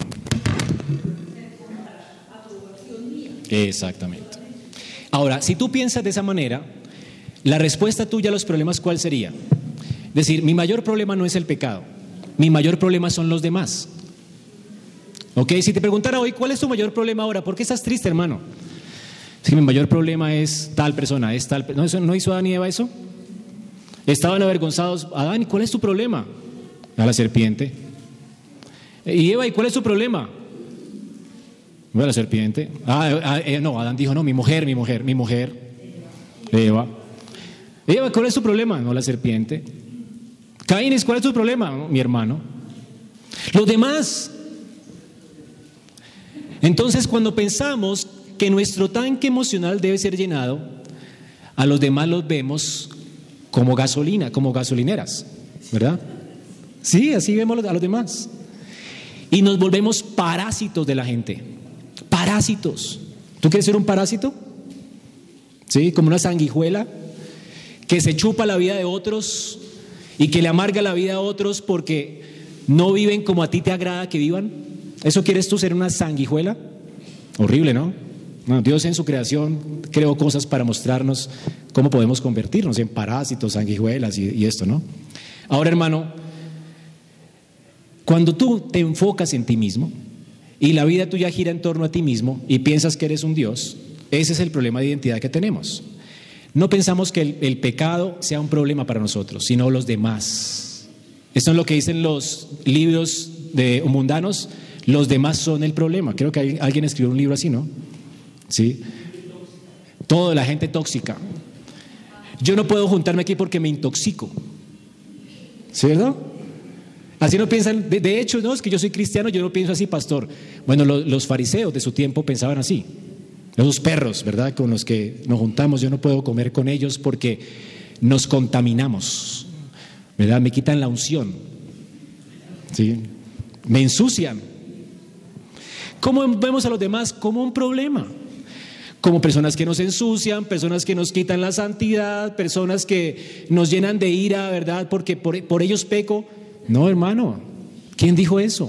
Exactamente. Ahora, si tú piensas de esa manera, la respuesta tuya a los problemas, ¿cuál sería? Decir, mi mayor problema no es el pecado, mi mayor problema son los demás. Ok, si te preguntara hoy, ¿cuál es tu mayor problema ahora? ¿Por qué estás triste, hermano? Si mi mayor problema es tal persona, es tal... ¿No hizo Adán y Eva eso? Estaban avergonzados. Adán, ¿y cuál es tu problema? A la serpiente. Y Eva, ¿y cuál es tu problema? A la serpiente. No, Adán dijo, no, mi mujer. Eva, ¿cuál es tu problema? No, la serpiente. Caín, ¿cuál es tu problema? No, mi hermano. Los demás. Entonces, cuando pensamos que nuestro tanque emocional debe ser llenado, a los demás los vemos como gasolina, como gasolineras, ¿verdad? Sí, así vemos a los demás. Y nos volvemos parásitos de la gente. Parásitos. ¿Tú quieres ser un parásito? Sí, como una sanguijuela que se chupa la vida de otros y que le amarga la vida a otros porque no viven como a ti te agrada que vivan. ¿Eso quieres tú, ser una sanguijuela? Horrible, ¿no? No, Dios en su creación creó cosas para mostrarnos cómo podemos convertirnos en parásitos, sanguijuelas y esto, ¿no? Ahora, hermano, cuando tú te enfocas en ti mismo y la vida tuya gira en torno a ti mismo y piensas que eres un Dios, ese es el problema de identidad que tenemos. No pensamos que el pecado sea un problema para nosotros, sino los demás. Esto es lo que dicen los libros mundanos. Los demás son el problema. Creo que alguien escribió un libro así, ¿no? Sí. Toda la gente tóxica. Yo no puedo juntarme aquí porque me intoxico. ¿Sí, verdad? Así no piensan. De hecho, no, es que yo soy cristiano, yo no pienso así, pastor. Bueno, los fariseos de su tiempo pensaban así. Esos perros, ¿verdad? Con los que nos juntamos, yo no puedo comer con ellos porque nos contaminamos, ¿verdad? Me quitan la unción. ¿Sí? Me ensucian. ¿Cómo vemos a los demás? Como un problema, como personas que nos ensucian, personas que nos quitan la santidad, personas que nos llenan de ira, ¿verdad? Porque por ellos peco. No, hermano, ¿quién dijo eso?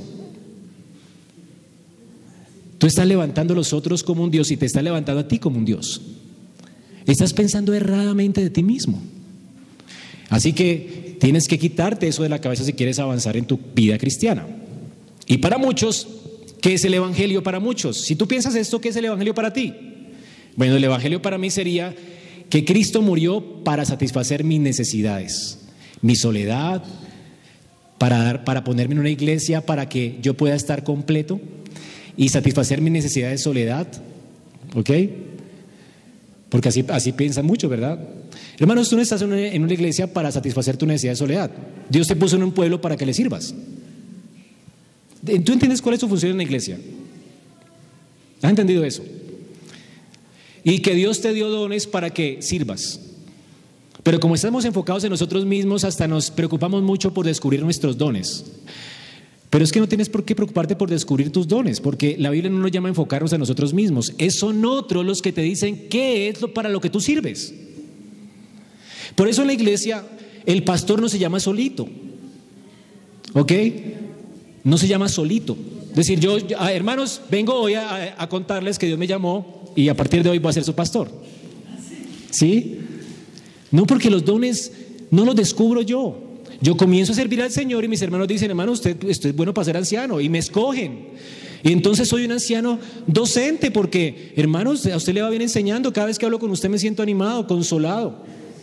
Tú estás levantando a los otros como un Dios y te estás levantando a ti como un Dios. Estás pensando erradamente de ti mismo. Así que tienes que quitarte eso de la cabeza si quieres avanzar en tu vida cristiana. Y para muchos, ¿qué es el evangelio para muchos? Si tú piensas esto, ¿qué es el evangelio para ti? Bueno, el evangelio para mí sería que Cristo murió para satisfacer mis necesidades, mi soledad, para ponerme en una iglesia para que yo pueda estar completo y satisfacer mis necesidades de soledad, ¿ok? Porque así piensan mucho, ¿verdad? Hermanos, tú no estás en una iglesia para satisfacer tu necesidad de soledad. Dios te puso en un pueblo para que le sirvas. ¿Tú entiendes cuál es tu función en la iglesia? ¿Has entendido eso? Y que Dios te dio dones para que sirvas. Pero como estamos enfocados en nosotros mismos, hasta nos preocupamos mucho por descubrir nuestros dones. Pero es que no tienes por qué preocuparte por descubrir tus dones, porque la Biblia no nos llama a enfocarnos en nosotros mismos. Son otros los que te dicen qué es para lo que tú sirves. Por eso en la iglesia el pastor no se llama solito, ¿ok? No se llama solito. Es decir, hermanos, vengo hoy a contarles que Dios me llamó y a partir de hoy voy a ser su pastor. ¿Sí? No, porque los dones no los descubro yo. Yo comienzo a servir al Señor y mis hermanos dicen, hermano, usted es bueno para ser anciano, y me escogen. Y entonces soy un anciano docente porque, hermanos, a usted le va bien enseñando. Cada vez que hablo con usted me siento animado, consolado.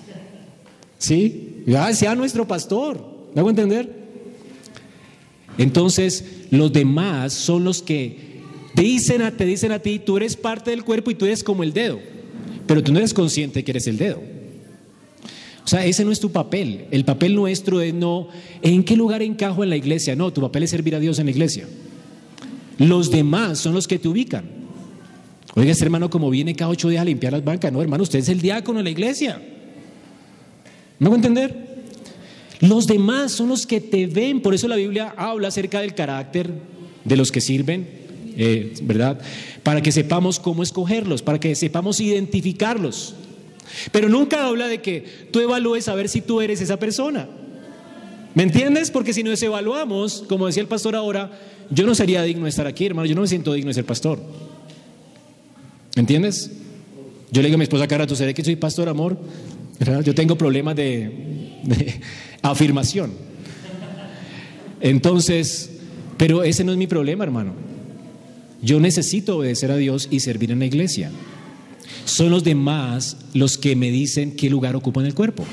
¿Sí? Sea nuestro pastor. ¿Me hago entender? Entonces, los demás son los que te dicen a ti, tú eres parte del cuerpo y tú eres como el dedo, pero tú no eres consciente que eres el dedo. O sea, ese no es tu papel. El papel nuestro es no, ¿en qué lugar encajo en la iglesia? No, tu papel es servir a Dios en la iglesia. Los demás son los que te ubican. Oiga, este hermano como viene cada 8 días a limpiar las bancas. No, hermano, usted es el diácono en la iglesia. ¿Me hago entender? Los demás son los que te ven. Por eso la Biblia habla acerca del carácter de los que sirven, ¿verdad? Para que sepamos cómo escogerlos, para que sepamos identificarlos. Pero nunca habla de que tú evalúes a ver si tú eres esa persona. ¿Me entiendes? Porque si nos evaluamos, como decía el pastor ahora, yo no sería digno de estar aquí, hermano. Yo no me siento digno de ser pastor. ¿Me entiendes? Yo le digo a mi esposa, cara, ¿tú sabes que soy pastor, amor? ¿Verdad? Yo tengo problemas Afirmación. Entonces, pero ese no es mi problema, hermano. Yo necesito obedecer a Dios y servir en la iglesia. Son los demás los que me dicen qué lugar ocupo en el cuerpo.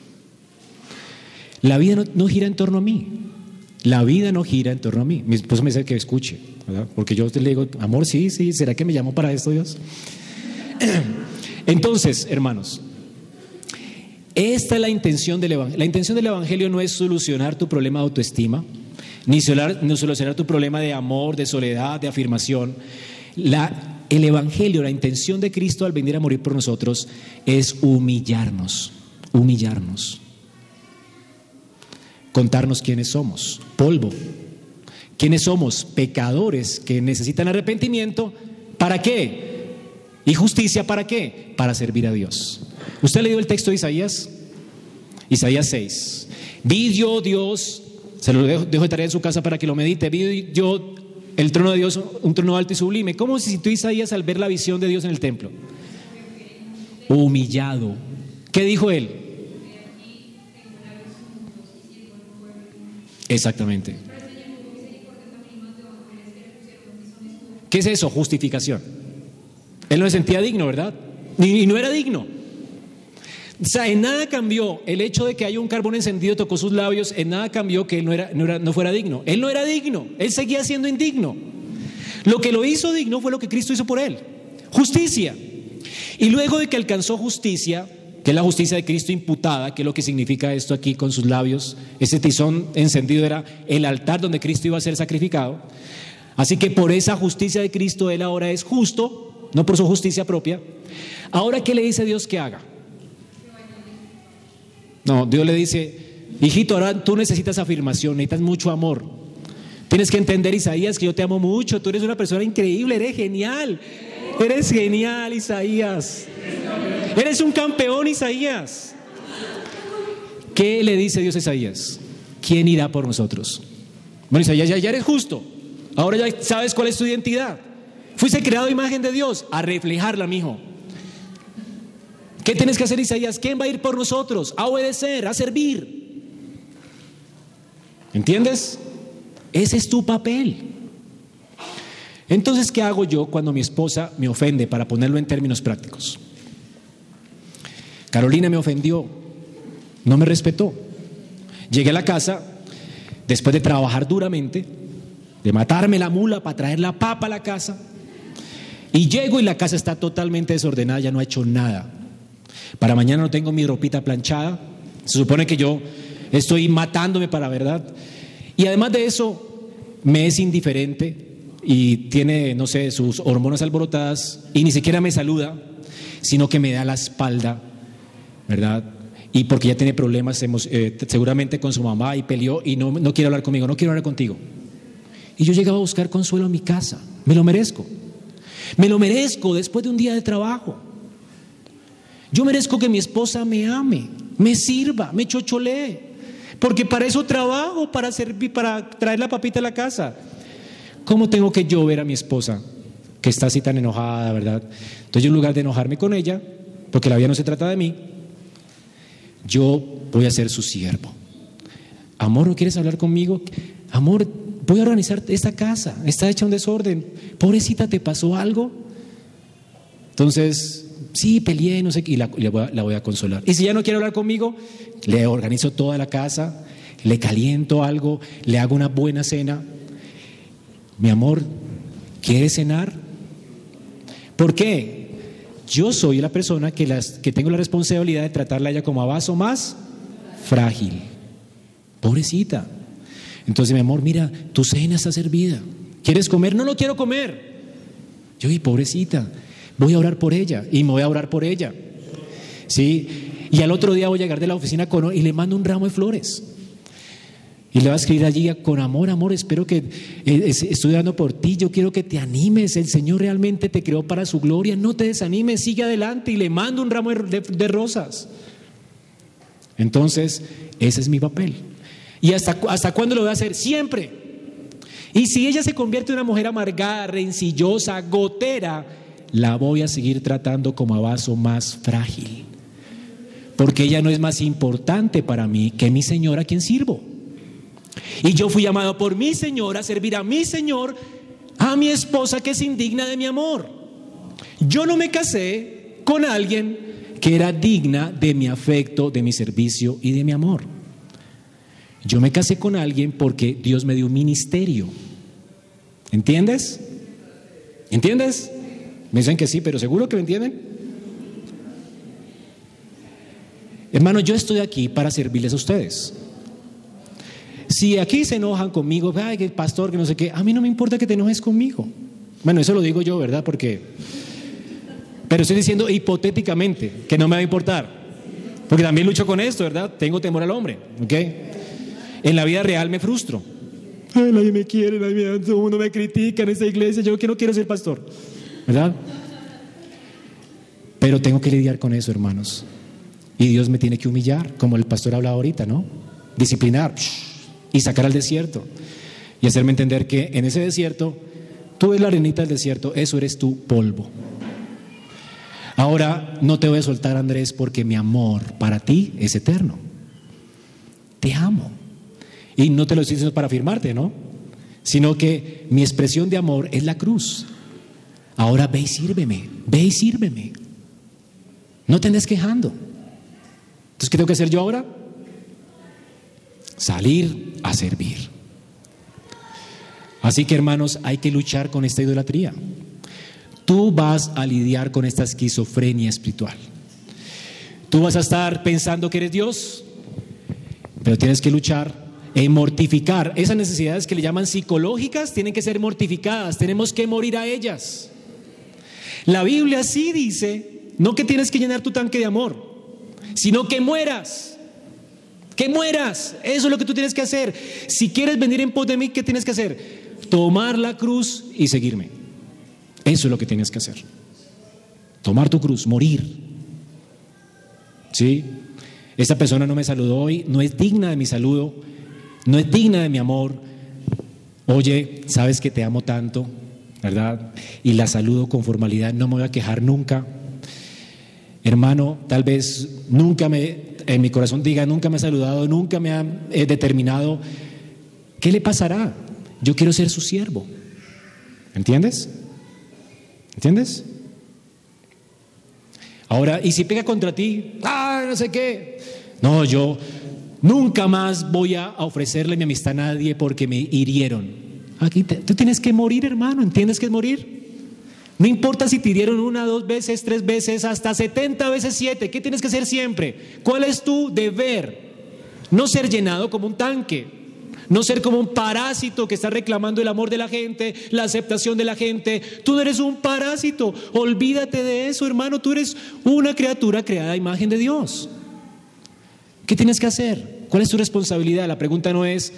La vida no gira en torno a mí. La vida no gira en torno a mí. Mi esposo me dice que escuche, ¿verdad? Porque yo le digo, amor, sí, ¿será que me llamo para esto, Dios? Entonces, hermanos, esta es la intención del Evangelio. La intención del Evangelio no es solucionar tu problema de autoestima, ni solucionar tu problema de amor, de soledad, de afirmación. El Evangelio, la intención de Cristo al venir a morir por nosotros es humillarnos, contarnos quiénes somos, polvo. ¿Quiénes somos? Pecadores que necesitan arrepentimiento. ¿Para qué? ¿Y justicia para qué? Para servir a Dios. ¿Usted ha leído el texto de Isaías? Isaías 6. Vi yo, Dios, se lo dejo de tarea en su casa para que lo medite. Vi yo el trono de Dios, un trono alto y sublime. ¿Cómo se sintió Isaías al ver la visión de Dios en el templo? Humillado. ¿Qué dijo él? Exactamente. ¿Qué es eso? Justificación. Él no se sentía digno, ¿verdad? Y no era digno. O sea, en nada cambió el hecho de que haya un carbón encendido, tocó sus labios, en nada cambió que él no fuera digno. Él no era digno, él seguía siendo indigno. Lo que lo hizo digno fue lo que Cristo hizo por él: justicia. Y luego de que alcanzó justicia, que es la justicia de Cristo imputada, que es lo que significa esto aquí con sus labios, ese tizón encendido era el altar donde Cristo iba a ser sacrificado. Así que por esa justicia de Cristo él ahora es justo, no por su justicia propia. Ahora, ¿qué le dice Dios que haga? No, Dios le dice: hijito, ahora tú necesitas afirmación, necesitas mucho amor. Tienes que entender, Isaías, que yo te amo mucho. Tú eres una persona increíble, eres genial. Eres genial, Isaías. Eres un campeón, Isaías. ¿Qué le dice Dios a Isaías? ¿Quién irá por nosotros? Bueno, Isaías, ya eres justo. Ahora ya sabes cuál es tu identidad. Fuiste creado a imagen de Dios, a reflejarla, mijo. ¿Qué tienes que hacer, Isaías? ¿Quién va a ir por nosotros? A obedecer, a servir. ¿Entiendes? Ese es tu papel. Entonces, ¿qué hago yo cuando mi esposa me ofende? Para ponerlo en términos prácticos. Carolina me ofendió, no me respetó. Llegué a la casa después de trabajar duramente, de matarme la mula para traer la papa a la casa, y llego y la casa está totalmente desordenada, ya no ha hecho nada. Para mañana no tengo mi ropita planchada. Se supone que yo estoy matándome para, ¿verdad? Y además de eso, me es indiferente y tiene, no sé, sus hormonas alborotadas y ni siquiera me saluda, sino que me da la espalda, ¿verdad? Y porque ya tiene problemas seguramente con su mamá y peleó y no quiere hablar conmigo, no quiero hablar contigo. Y yo llegaba a buscar consuelo a mi casa. Me lo merezco. Me lo merezco después de un día de trabajo. Yo merezco que mi esposa me ame, me sirva, me chocholee, porque para eso trabajo, para servir, para traer la papita a la casa. ¿Cómo tengo que yo ver a mi esposa que está así tan enojada, verdad? Entonces yo, en lugar de enojarme con ella, porque la vida no se trata de mí, yo voy a ser su siervo. Amor, ¿no quieres hablar conmigo? Amor, voy a organizar esta casa, está hecha un desorden. Pobrecita, ¿te pasó algo? Entonces, sí, peleé, no sé qué, y la voy a consolar. Y si ya no quiere hablar conmigo, le organizo toda la casa, le caliento algo, le hago una buena cena. Mi amor, ¿quieres cenar? ¿Por qué? Yo soy la persona que tengo la responsabilidad de tratarla a ella como a vaso más frágil. Pobrecita. Entonces, mi amor, mira, tu cena está servida. ¿Quieres comer? No, no quiero comer. Yo, y pobrecita, voy a orar por ella y me voy a orar por ella. ¿Sí? Y al otro día voy a llegar de la oficina y le mando un ramo de flores. Y le voy a escribir allí con amor, amor, espero que estoy dando por ti, yo quiero que te animes, el Señor realmente te creó para su gloria, no te desanimes, sigue adelante, y le mando un ramo de rosas. Entonces, ese es mi papel. ¿Y hasta cuándo lo voy a hacer? Siempre. Y si ella se convierte en una mujer amargada, rencillosa, gotera, la voy a seguir tratando como a vaso más frágil. porque ella no es más importante para mí que mi Señor a quien sirvo. Y yo fui llamado por mi Señor a servir a mi Señor, a mi esposa que es indigna de mi amor. Yo no me casé con alguien que era digna de mi afecto, de mi servicio y de mi amor. Yo me casé con alguien porque Dios me dio un ministerio. ¿Entiendes? ¿Entiendes? Me dicen que sí, pero ¿seguro que me entienden? Hermano, yo estoy aquí para servirles a ustedes. Si aquí se enojan conmigo, ay, que el pastor, que no sé qué, a mí no me importa que te enojes conmigo. Bueno, eso lo digo yo, ¿verdad? Pero estoy diciendo hipotéticamente que no me va a importar, porque también lucho con esto, ¿verdad? Tengo temor al hombre, ¿ok? En la vida real me frustro. Ay, nadie me quiere, todo el mundo me critica en esta iglesia, yo que no quiero ser pastor, ¿verdad? Pero tengo que lidiar con eso, hermanos. Y Dios me tiene que humillar, como el pastor hablaba ahorita, ¿no? Disciplinar y sacar al desierto y hacerme entender que en ese desierto, tú eres la arenita del desierto, eso eres tú, polvo. Ahora no te voy a soltar, Andrés, porque mi amor para ti es eterno. Te amo. Y no te lo estoy diciendo para afirmarte, ¿no? Sino que mi expresión de amor es la cruz. Ahora ve y sírveme, ve y sírveme. No te andes quejando. Entonces, ¿qué tengo que hacer yo ahora? Salir a servir. Así que, hermanos, hay que luchar con esta idolatría. Tú vas a lidiar con esta esquizofrenia espiritual. Tú vas a estar pensando que eres Dios, pero tienes que luchar en mortificar. Esas necesidades que le llaman psicológicas tienen que ser mortificadas, tenemos que morir a ellas. La Biblia sí dice, no que tienes que llenar tu tanque de amor, sino que mueras. Que mueras, eso es lo que tú tienes que hacer. Si quieres venir en pos de mí, ¿qué tienes que hacer? Tomar la cruz y seguirme. Eso es lo que tienes que hacer. Tomar tu cruz, morir. ¿Sí? Esta persona no me saludó hoy, no es digna de mi saludo, no es digna de mi amor. Oye, sabes que te amo tanto, ¿verdad? Y la saludo con formalidad, no me voy a quejar nunca. Hermano, tal vez en mi corazón diga, nunca me ha saludado, nunca me ha determinado. ¿Qué le pasará? Yo quiero ser su siervo. ¿Entiendes? ¿Entiendes? Ahora, ¿y si pega contra ti? No sé qué. No, yo nunca más voy a ofrecerle mi amistad a nadie porque me hirieron. Aquí tú tienes que morir, hermano. ¿Entiendes qué es morir? No importa si te hirieron 1, 2 veces, 3 veces, hasta 70 veces 7. ¿Qué tienes que hacer siempre? ¿Cuál es tu deber? No ser llenado como un tanque. No ser como un parásito que está reclamando el amor de la gente, la aceptación de la gente. Tú no eres un parásito. Olvídate de eso, hermano. Tú eres una criatura creada a imagen de Dios. ¿Qué tienes que hacer? ¿Cuál es tu responsabilidad? La pregunta no es,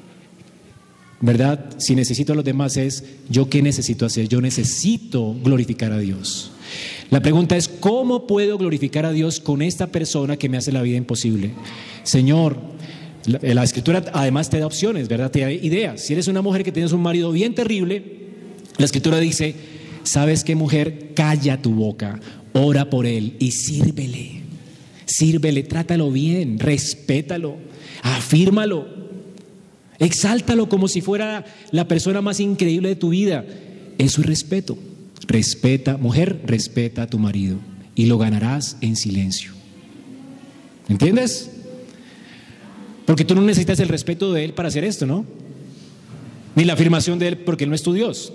¿verdad? Si necesito a los demás, es ¿yo qué necesito hacer? Yo necesito glorificar a Dios. La pregunta es, ¿cómo puedo glorificar a Dios con esta persona que me hace la vida imposible? Señor, la Escritura además te da opciones, ¿verdad? Te da ideas. Si eres una mujer que tienes un marido bien terrible, la Escritura dice, ¿sabes qué, mujer? Calla tu boca, ora por él y sírvele. Sírvele, trátalo bien, respétalo, afírmalo, exáltalo como si fuera la persona más increíble de tu vida. Eso es respeto. Respeta, mujer, respeta a tu marido y lo ganarás en silencio. ¿Entiendes? Porque tú no necesitas el respeto de él para hacer esto, ¿no? Ni la afirmación de él, porque él no es tu Dios.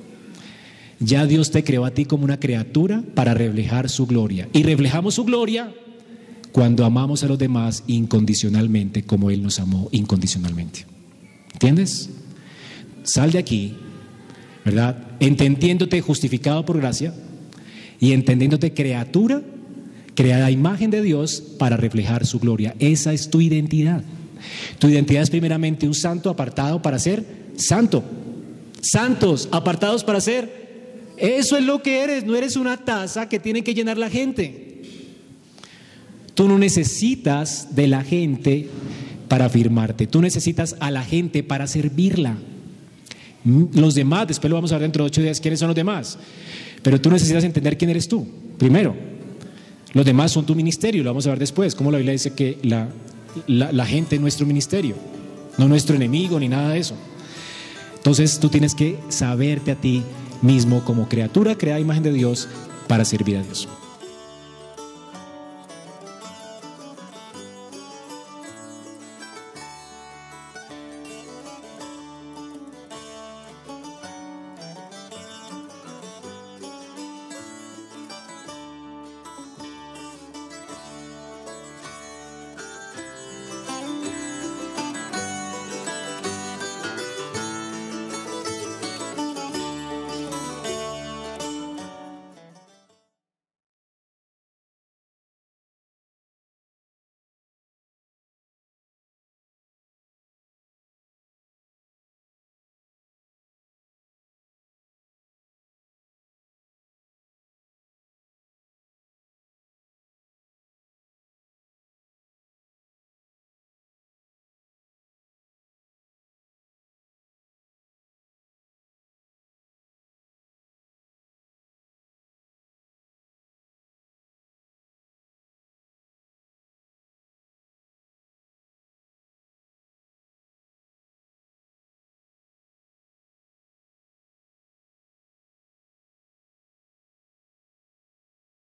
Ya Dios te creó a ti como una criatura para reflejar su gloria. Y reflejamos su gloria cuando amamos a los demás incondicionalmente, como él nos amó incondicionalmente. ¿Entiendes? Sal de aquí, ¿verdad? Entendiéndote justificado por gracia y entendiéndote criatura creada a imagen de Dios para reflejar su gloria. Esa es tu identidad. Tu identidad es primeramente un santo apartado para ser santo. Santos apartados para ser. Eso es lo que eres. No eres una taza que tiene que llenar la gente. Tú no necesitas de la gente para afirmarte. Tú necesitas a la gente para servirla. Los demás, después lo vamos a ver dentro de 8 días, quiénes son los demás. Pero tú necesitas entender quién eres tú, primero. Los demás son tu ministerio, lo vamos a ver después, como la Biblia dice que la gente es nuestro ministerio, no nuestro enemigo ni nada de eso. Entonces tú tienes que saberte a ti mismo como criatura creada a imagen de Dios para servir a Dios.